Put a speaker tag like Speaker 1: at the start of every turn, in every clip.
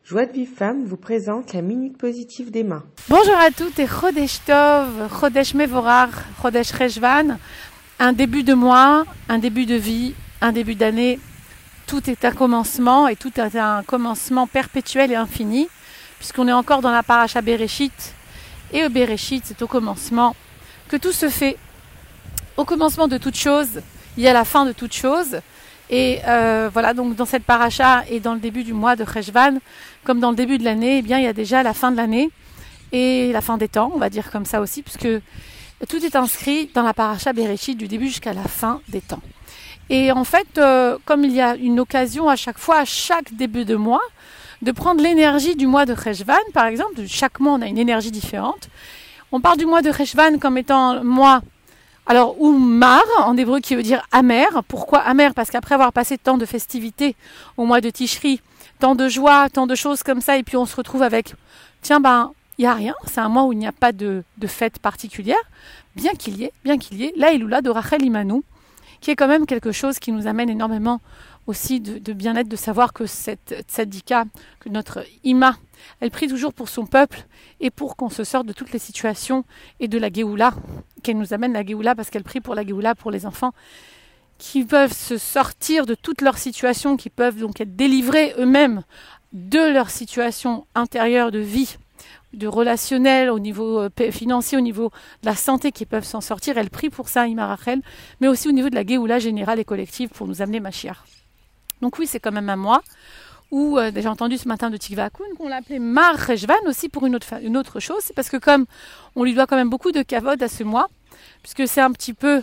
Speaker 1: Joie de Vive Femme vous présente la Minute Positive d'Emma.
Speaker 2: Bonjour à toutes et Chodesh Tov, Chodesh Mevorach, Chodesh Cheshvan. Un début de mois, un début de vie, un début d'année. Tout est un commencement et tout est un commencement perpétuel et infini, puisqu'on est encore dans la paracha Bereshit. Et au Bereshit, c'est au commencement que tout se fait. Au commencement de toute chose, il y a la fin de toute chose. Et voilà, donc dans cette paracha et dans le début du mois de Cheshvan, comme dans le début de l'année, eh bien, il y a déjà la fin de l'année et la fin des temps, on va dire comme ça aussi, puisque tout est inscrit dans la paracha Bereshit du début jusqu'à la fin des temps. Et en fait, comme il y a une occasion à chaque fois, à chaque début de mois, de prendre l'énergie du mois de Cheshvan, par exemple, chaque mois on a une énergie différente. On parle du mois de Cheshvan comme étant mois, alors, ou mar, en hébreu qui veut dire amer. Pourquoi amer? Parce qu'après avoir passé tant de festivités au mois de Tishri, tant de joie, tant de choses comme ça, et puis on se retrouve avec, tiens, il n'y a rien, c'est un mois où il n'y a pas de fête particulière, bien qu'il y ait, la Eloula de Rachel Imanu, qui est quand même quelque chose qui nous amène énormément aussi de bien-être, de savoir que cette tzadika, que notre Ima, elle prie toujours pour son peuple et pour qu'on se sorte de toutes les situations et de la Géoula, qu'elle nous amène la Géoula parce qu'elle prie pour la Géoula pour les enfants qui peuvent se sortir de toutes leurs situations, qui peuvent donc être délivrés eux-mêmes de leur situation intérieure de vie, de relationnel, au niveau financier, au niveau de la santé, qui peuvent s'en sortir. Elle prie pour ça, Ima Rachel, mais aussi au niveau de la Géoula générale et collective pour nous amener Mashiach. Donc oui, c'est quand même un mois où, j'ai entendu ce matin de Tikva Akun, qu'on l'appelait Mar Cheshvan aussi pour une autre chose. C'est parce que comme on lui doit quand même beaucoup de kavod à ce mois, puisque c'est un petit peu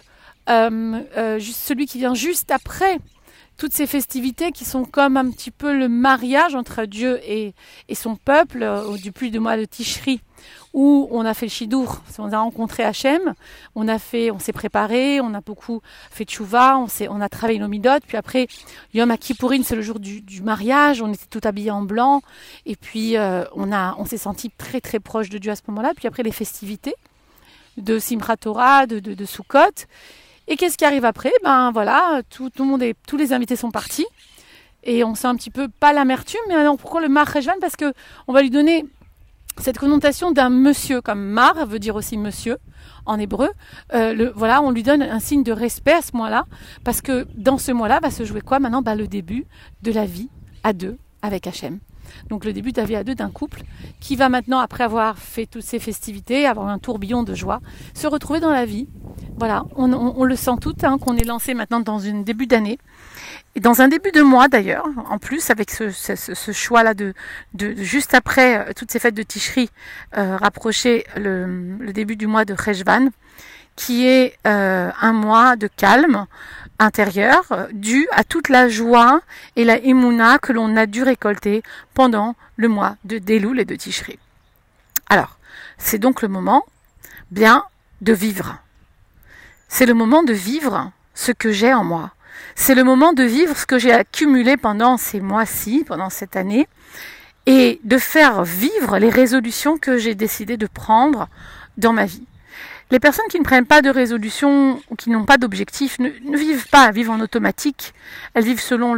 Speaker 2: celui qui vient juste après toutes ces festivités qui sont comme un petit peu le mariage entre Dieu et son peuple, depuis le mois de Tishri, où on a fait le Shidour, on a rencontré Hachem, on s'est préparé, on a beaucoup fait tchouva, on a travaillé nos midot, puis après Yom Kippourin, c'est le jour du mariage, on était tout habillés en blanc, et puis on s'est senti très très proche de Dieu à ce moment-là, puis après les festivités de Simchat Torah, de Sukkot. Et qu'est-ce qui arrive après? Ben voilà, tout le monde tous les invités sont partis. Et on sent un petit peu, pas l'amertume, mais alors pourquoi le Mar Cheshvan? Parce que on va lui donner cette connotation d'un monsieur, comme Mar veut dire aussi monsieur en hébreu. Voilà, on lui donne un signe de respect à ce mois-là, parce que dans ce mois-là va se jouer quoi maintenant? Le début de la vie à deux avec Hachem. Donc le début de la vie à deux d'un couple qui va maintenant, après avoir fait toutes ces festivités, avoir un tourbillon de joie, se retrouver dans la vie. Voilà, on le sent tout, qu'on est lancé maintenant dans un début d'année. Et dans un début de mois d'ailleurs, en plus avec ce choix-là de juste après toutes ces fêtes de Tishri, rapprocher le début du mois de Cheshvan, qui est un mois de calme intérieur, dû à toute la joie et la émouna que l'on a dû récolter pendant le mois de Elul et de Tishri. Alors, c'est donc le moment bien de vivre. C'est le moment de vivre ce que j'ai en moi. C'est le moment de vivre ce que j'ai accumulé pendant ces mois-ci, pendant cette année, et de faire vivre les résolutions que j'ai décidé de prendre dans ma vie. Les personnes qui ne prennent pas de résolution ou qui n'ont pas d'objectif ne vivent pas, elles vivent en automatique. Elles vivent selon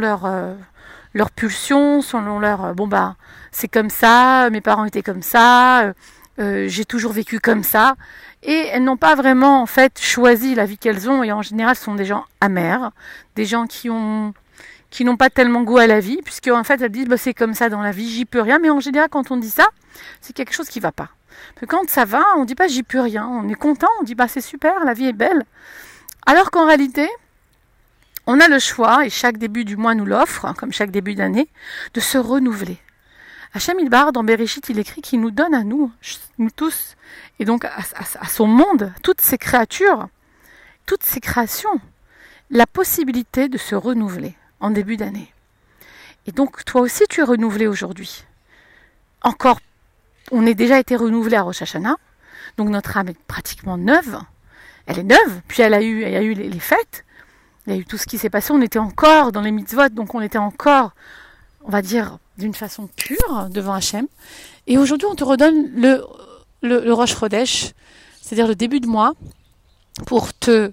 Speaker 2: leur pulsion, selon leur c'est comme ça, mes parents étaient comme ça, j'ai toujours vécu comme ça. Et elles n'ont pas vraiment en fait choisi la vie qu'elles ont, et en général ce sont des gens amers, des gens qui n'ont pas tellement goût à la vie, puisque en fait elles disent c'est comme ça dans la vie, j'y peux rien. Mais en général quand on dit ça, c'est quelque chose qui va pas. Quand ça va, on dit pas j'y peux rien, on est content, on dit c'est super, la vie est belle. Alors qu'en réalité, on a le choix, et chaque début du mois nous l'offre, comme chaque début d'année, de se renouveler. Hachem Ilbar, dans Bereshit, il écrit qu'il nous donne à nous tous, et donc à son monde, toutes ces créatures, toutes ces créations, la possibilité de se renouveler en début d'année. Et donc toi aussi tu es renouvelé aujourd'hui. Encore, on est déjà été renouvelé à Rosh Hashanah, donc notre âme est pratiquement neuve. Elle est neuve, puis il y a eu les fêtes, il y a eu tout ce qui s'est passé, on était encore dans les mitzvot, donc on était encore, on va dire, d'une façon pure devant Hachem. Et aujourd'hui, on te redonne le Rosh Chodesh, c'est-à-dire le début de mois, pour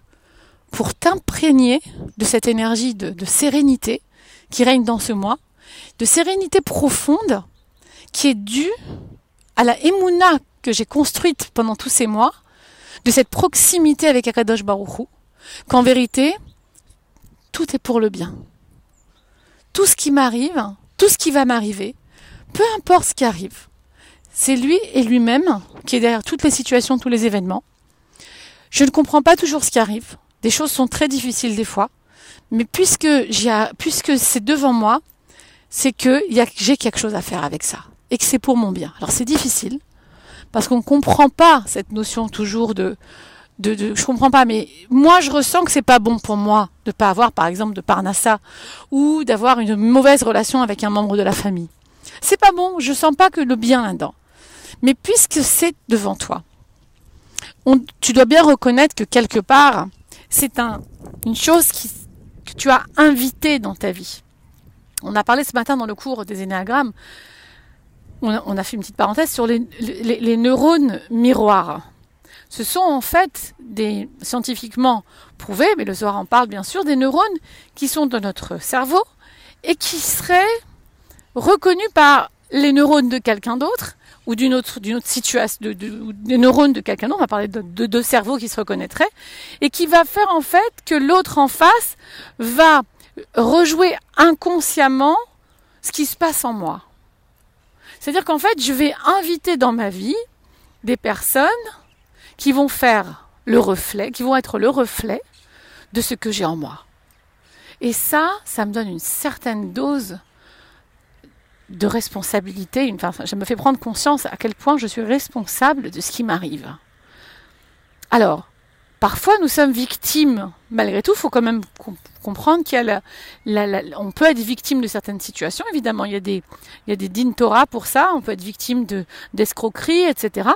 Speaker 2: t'imprégner de cette énergie de sérénité qui règne dans ce mois, de sérénité profonde, qui est dû à la émouna que j'ai construite pendant tous ces mois, de cette proximité avec Akadosh Baruch Hu, qu'en vérité, tout est pour le bien. Tout ce qui m'arrive, tout ce qui va m'arriver, peu importe ce qui arrive, c'est lui et lui-même qui est derrière toutes les situations, tous les événements. Je ne comprends pas toujours ce qui arrive. Des choses sont très difficiles des fois, mais puisque c'est devant moi, c'est que j'ai quelque chose à faire avec ça et que c'est pour mon bien. Alors c'est difficile parce qu'on ne comprend pas cette notion toujours je comprends pas, mais moi je ressens que c'est pas bon pour moi de pas avoir par exemple de parnassa ou d'avoir une mauvaise relation avec un membre de la famille. C'est pas bon, je sens pas que le bien là-dedans. Mais puisque c'est devant toi, tu dois bien reconnaître que quelque part, c'est une chose que tu as invitée dans ta vie. On a parlé ce matin dans le cours des énéagrammes, on a fait une petite parenthèse sur les neurones miroirs. Ce sont en fait scientifiquement prouvés, mais le Zohar en parle bien sûr, des neurones qui sont dans notre cerveau et qui seraient reconnus par les neurones de quelqu'un d'autre ou d'une autre situation, des neurones de quelqu'un d'autre. On va parler de deux cerveaux qui se reconnaîtraient et qui va faire en fait que l'autre en face va rejouer inconsciemment ce qui se passe en moi. C'est-à-dire qu'en fait, je vais inviter dans ma vie des personnes qui vont faire le reflet, qui vont être le reflet de ce que j'ai en moi. Et ça me donne une certaine dose de responsabilité. Je me fais prendre conscience à quel point je suis responsable de ce qui m'arrive. Alors, parfois nous sommes victimes. Malgré tout, il faut quand même comprendre qu'il y a on peut être victime de certaines situations. Évidemment, il y a des din Torah pour ça. On peut être victime d'escroquerie, etc.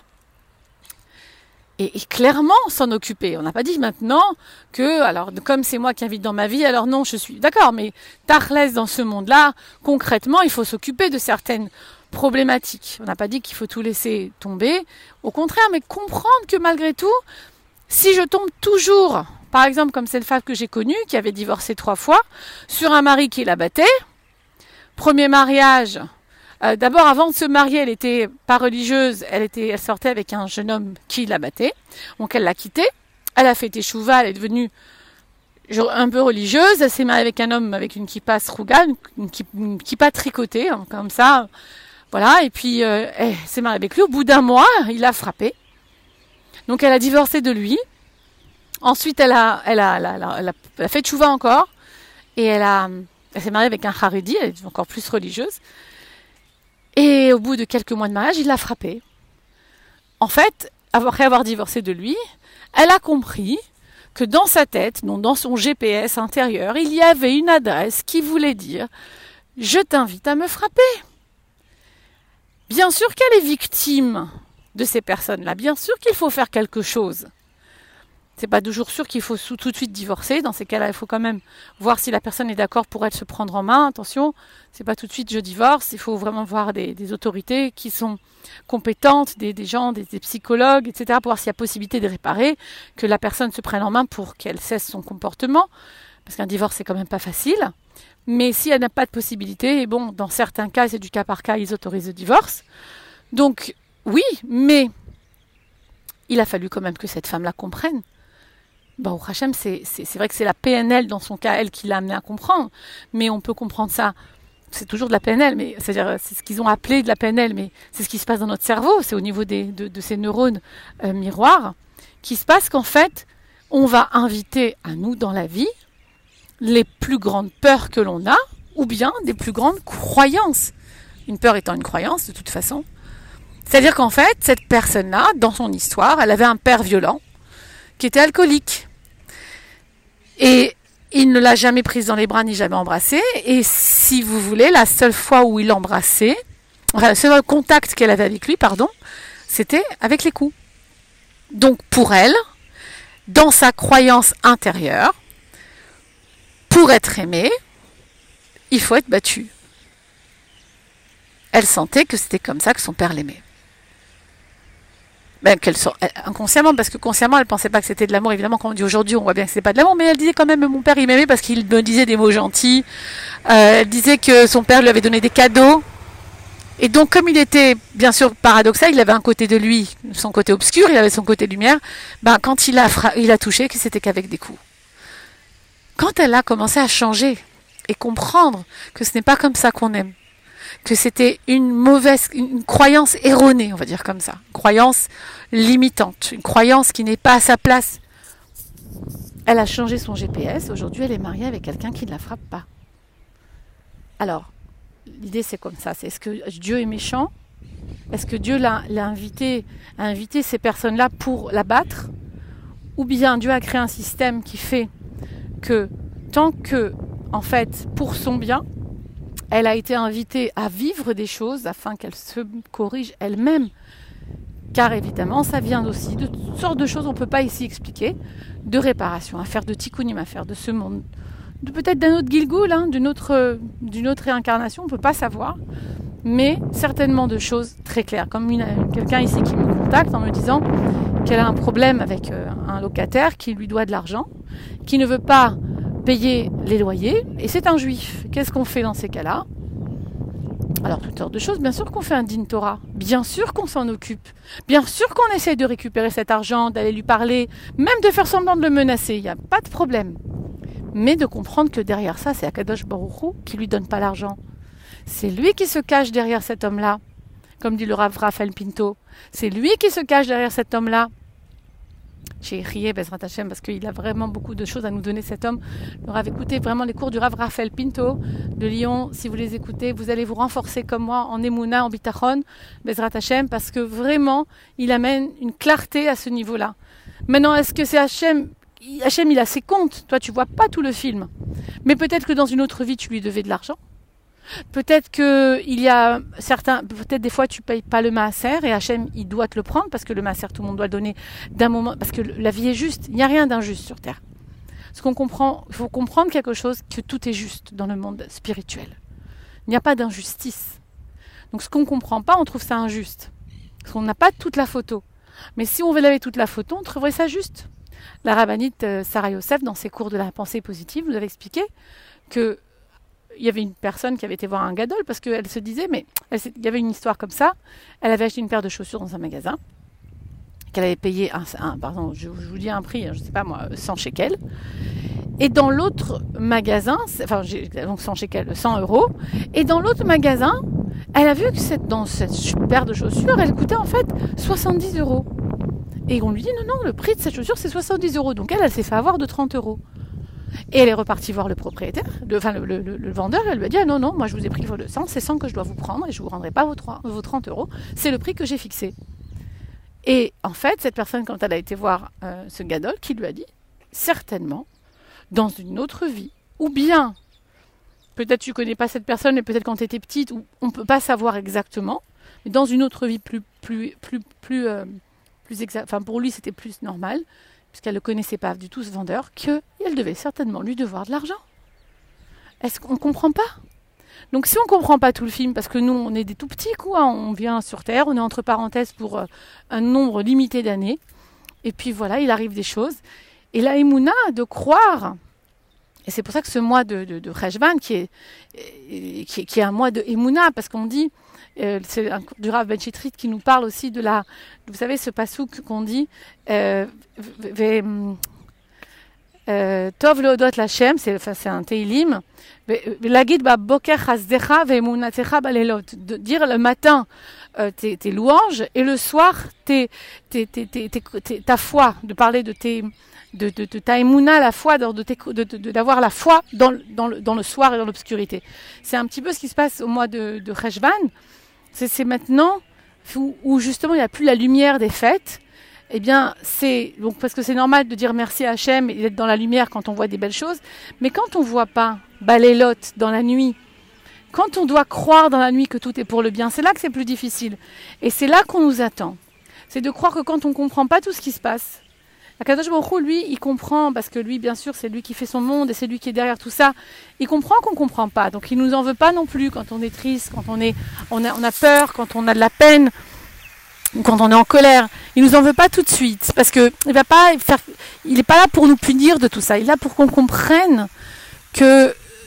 Speaker 2: Et clairement s'en occuper. On n'a pas dit maintenant que, alors comme c'est moi qui invite dans ma vie, alors non, je suis d'accord, mais Tachlès dans ce monde-là, concrètement, il faut s'occuper de certaines problématiques. On n'a pas dit qu'il faut tout laisser tomber. Au contraire, mais comprendre que malgré tout, si je tombe toujours, par exemple comme cette femme que j'ai connue, qui avait divorcé 3 fois, sur un mari qui la battait, premier mariage... d'abord, avant de se marier, elle était pas religieuse, elle sortait avec un jeune homme qui la battait. Donc elle l'a quitté. Elle a fait teshuva, elle est devenue un peu religieuse. Elle s'est mariée avec un homme avec une kippa srouga, une kippa tricotée, hein, comme ça. Voilà, et puis elle s'est mariée avec lui. Au bout d'un mois, il l'a frappée. Donc elle a divorcé de lui. Ensuite, elle a fait teshuva encore. Et elle s'est mariée avec un haredi, elle est encore plus religieuse. Et au bout de quelques mois de mariage, il l'a frappée. En fait, après avoir divorcé de lui, elle a compris que dans sa tête, donc dans son GPS intérieur, il y avait une adresse qui voulait dire « Je t'invite à me frapper ». Bien sûr qu'elle est victime de ces personnes-là. Bien sûr qu'il faut faire quelque chose. C'est pas toujours sûr qu'il faut tout de suite divorcer. Dans ces cas-là, il faut quand même voir si la personne est d'accord pour elle se prendre en main. Attention, c'est pas tout de suite je divorce. Il faut vraiment voir des autorités qui sont compétentes, des gens, des psychologues, etc. pour voir s'il y a possibilité de réparer, que la personne se prenne en main pour qu'elle cesse son comportement. Parce qu'un divorce, c'est quand même pas facile. Mais si elle n'a pas de possibilité, et bon, dans certains cas, c'est du cas par cas, ils autorisent le divorce. Donc, oui, mais il a fallu quand même que cette femme-là comprenne. Au Hachem, c'est vrai que c'est la PNL dans son cas, elle, qui l'a amené à comprendre. Mais on peut comprendre ça. C'est toujours de la PNL, mais c'est-à-dire c'est ce qu'ils ont appelé de la PNL, mais c'est ce qui se passe dans notre cerveau. C'est au niveau de ces neurones miroirs qui se passe qu'en fait, on va inviter à nous dans la vie les plus grandes peurs que l'on a, ou bien des plus grandes croyances. Une peur étant une croyance, de toute façon. C'est-à-dire qu'en fait, cette personne-là, dans son histoire, elle avait un père violent qui était alcoolique. Et il ne l'a jamais prise dans les bras ni jamais embrassée. Et si vous voulez, la seule fois où il l'embrassait, le seul contact qu'elle avait avec lui, c'était avec les coups. Donc pour elle, dans sa croyance intérieure, pour être aimée, il faut être battu. Elle sentait que c'était comme ça que son père l'aimait. Inconsciemment, parce que consciemment elle pensait pas que c'était de l'amour. Évidemment, quand on dit aujourd'hui, on voit bien que c'était pas de l'amour, mais elle disait quand même mon père il m'aimait parce qu'il me disait des mots gentils. Elle disait que son père lui avait donné des cadeaux Et donc, comme il était bien sûr paradoxal, il avait un côté de lui, son côté obscur, il avait son côté lumière. Ben, quand il a touché, que c'était qu'avec des coups. Quand elle a commencé à changer et comprendre que ce n'est pas comme ça qu'on aime, que c'était une croyance erronée, on va dire comme ça, une croyance limitante, une croyance qui n'est pas à sa place. Elle a changé son GPS. Aujourd'hui, elle est mariée avec quelqu'un qui ne la frappe pas. Alors, l'idée c'est comme ça. C'est est-ce que Dieu est méchant? Est-ce que Dieu a invité ces personnes-là pour la battre? Ou bien Dieu a créé un système qui fait que tant que, en fait, pour son bien, elle a été invitée à vivre des choses afin qu'elle se corrige elle-même. Car évidemment, ça vient aussi de toutes sortes de choses, on ne peut pas ici expliquer, de réparation, à faire de tikkunim, à faire de ce monde, peut-être d'un autre Gilgul, d'une autre réincarnation, on ne peut pas savoir, mais certainement de choses très claires. Comme quelqu'un ici qui me contacte en me disant qu'elle a un problème avec un locataire qui lui doit de l'argent, qui ne veut pas payer les loyers, et c'est un juif. Qu'est-ce qu'on fait dans ces cas-là? Alors, toutes sortes de choses. Bien sûr qu'on fait un din Torah. Bien sûr qu'on s'en occupe. Bien sûr qu'on essaye de récupérer cet argent, d'aller lui parler, même de faire semblant de le menacer. Il n'y a pas de problème. Mais de comprendre que derrière ça, c'est Akadosh Baruch Hu qui ne lui donne pas l'argent. C'est lui qui se cache derrière cet homme-là. Comme dit le Rav Raphaël Pinto. C'est lui qui se cache derrière cet homme-là. J'ai rié Bezrat Hashem parce qu'il a vraiment beaucoup de choses à nous donner, cet homme. Le Rav, écoutez vraiment les cours du Rav Raphaël Pinto de Lyon. Si vous les écoutez, vous allez vous renforcer comme moi en Emouna, en Bitachon, Bezrat Hashem, parce que vraiment, il amène une clarté à ce niveau-là. Maintenant, est-ce que c'est Hashem, il a ses comptes. Toi, tu vois pas tout le film. Mais peut-être que dans une autre vie, tu lui devais de l'argent. Peut-être qu'il y a peut-être des fois tu payes pas le maaser et Hachem il doit te le prendre parce que le maaser tout le monde doit le donner d'un moment, parce que la vie est juste, il n'y a rien d'injuste sur terre. Ce qu'on comprend, il faut comprendre quelque chose, que tout est juste dans le monde spirituel. Il n'y a pas d'injustice. Donc ce qu'on ne comprend pas, on trouve ça injuste. Parce qu'on n'a pas toute la photo. Mais si on veut laver toute la photo, on trouverait ça juste. La rabbinite Sarah Yosef, dans ses cours de la pensée positive, nous avait expliqué que il y avait une personne qui avait été voir un gadol parce qu'elle se disait, mais il y avait une histoire comme ça. Elle avait acheté une paire de chaussures dans un magasin qu'elle avait payé pardon, je vous dis un prix, je ne sais pas moi, 100 shekels. Et dans l'autre magasin, donc 100 shekels, 100 €. Et dans l'autre magasin, elle a vu que dans cette paire de chaussures, elle coûtait en fait 70 €. Et on lui dit, non, le prix de cette chaussure, c'est 70 €. Donc elle s'est fait avoir de 30 €. Et elle est repartie voir le propriétaire, le vendeur, elle lui a dit, ah non, moi je vous ai pris le 100, c'est 100 que je dois vous prendre et je ne vous rendrai pas vos 30 €, c'est le prix que j'ai fixé. Et en fait, cette personne, quand elle a été voir ce gadol, qui lui a dit, certainement, dans une autre vie, ou bien, peut-être tu ne connais pas cette personne, mais peut-être quand tu étais petite, on ne peut pas savoir exactement, mais dans une autre vie plus exact, enfin pour lui c'était plus normal, puisqu'elle ne connaissait pas du tout ce vendeur, qu'elle devait certainement lui devoir de l'argent. Est-ce qu'on ne comprend pas? Donc si on ne comprend pas tout le film, parce que nous on est des tout petits, quoi, on vient sur Terre, on est entre parenthèses pour un nombre limité d'années, et puis voilà, il arrive des choses. Et la Emouna, de croire, et c'est pour ça que ce mois de Cheshvan, qui est un mois de Emouna, parce qu'on dit, c'est un cours du Rav Ben Chitrit qui nous parle aussi de vous savez, ce passouk qu'on dit, Tov leodot l'Hashem, c'est un Teilim, l'agid ba boker chasdecha ve'emunatecha balelot, de dire le matin tes louanges et le soir ta foi, de parler de ta émouna, la foi, d'avoir la foi dans le soir et dans l'obscurité. C'est un petit peu ce qui se passe au mois de Cheshvan. C'est maintenant où justement il n'y a plus la lumière des fêtes. Eh bien, donc parce que c'est normal de dire merci à Hachem et d'être dans la lumière quand on voit des belles choses. Mais quand on ne voit pas Balelot dans la nuit, quand on doit croire dans la nuit que tout est pour le bien, c'est là que c'est plus difficile. Et c'est là qu'on nous attend. C'est de croire que quand on ne comprend pas tout ce qui se passe, Akadosh Baruch Hu, lui, il comprend, parce que lui, bien sûr, c'est lui qui fait son monde et c'est lui qui est derrière tout ça. Il comprend qu'on ne comprend pas. Donc, il ne nous en veut pas non plus quand on est triste, quand on a peur, quand on a de la peine, ou quand on est en colère. Il ne nous en veut pas tout de suite. Parce qu'il n'est pas là pour nous punir de tout ça. Il est là pour qu'on comprenne que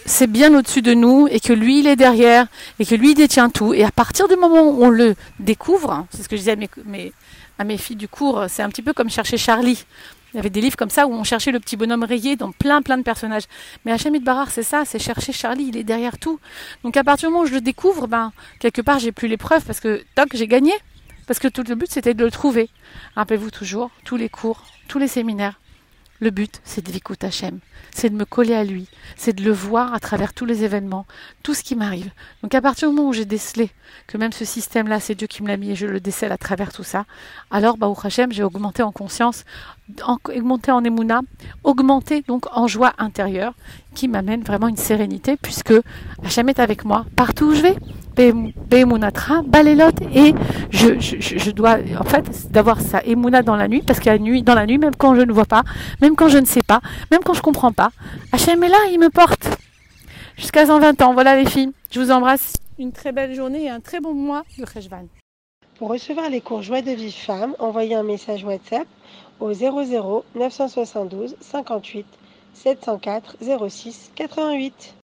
Speaker 2: c'est bien au-dessus de nous et que lui, il est derrière et que lui, il détient tout. Et à partir du moment où on le découvre, c'est ce que je disais à mes filles du cours, c'est un petit peu comme chercher Charlie. Il y avait des livres comme ça où on cherchait le petit bonhomme rayé dans plein de personnages. Mais Hachem Idbarach, c'est ça, c'est chercher Charlie, il est derrière tout. Donc à partir du moment où je le découvre, quelque part, j'ai plus les preuves parce que, toc, j'ai gagné. Parce que tout le but, c'était de le trouver. Rappelez-vous toujours, tous les cours, tous les séminaires, le but, c'est de Vikut Hachem. C'est de me coller à lui. C'est de le voir à travers tous les événements, tout ce qui m'arrive. Donc à partir du moment où j'ai décelé que même ce système-là, c'est Dieu qui me l'a mis et je le décèle à travers tout ça, alors, Baruch Hachem, j'ai augmenté en conscience, augmenté en émouna, augmenté donc en joie intérieure, qui m'amène vraiment une sérénité, puisque Hachem est avec moi partout où je vais. Be'emunatra, balelot, et je dois en fait d'avoir ça émouna dans la nuit, parce qu'il y a dans la nuit, même quand je ne vois pas, même quand je ne sais pas, même quand je ne comprends pas, Hachem est là, il me porte jusqu'à 120 ans. Voilà les filles, je vous embrasse, une très belle journée et un très bon mois de Cheshvan.
Speaker 1: Pour recevoir les cours Joie de vie femme, envoyez un message WhatsApp au 00 972 58 704 06 88.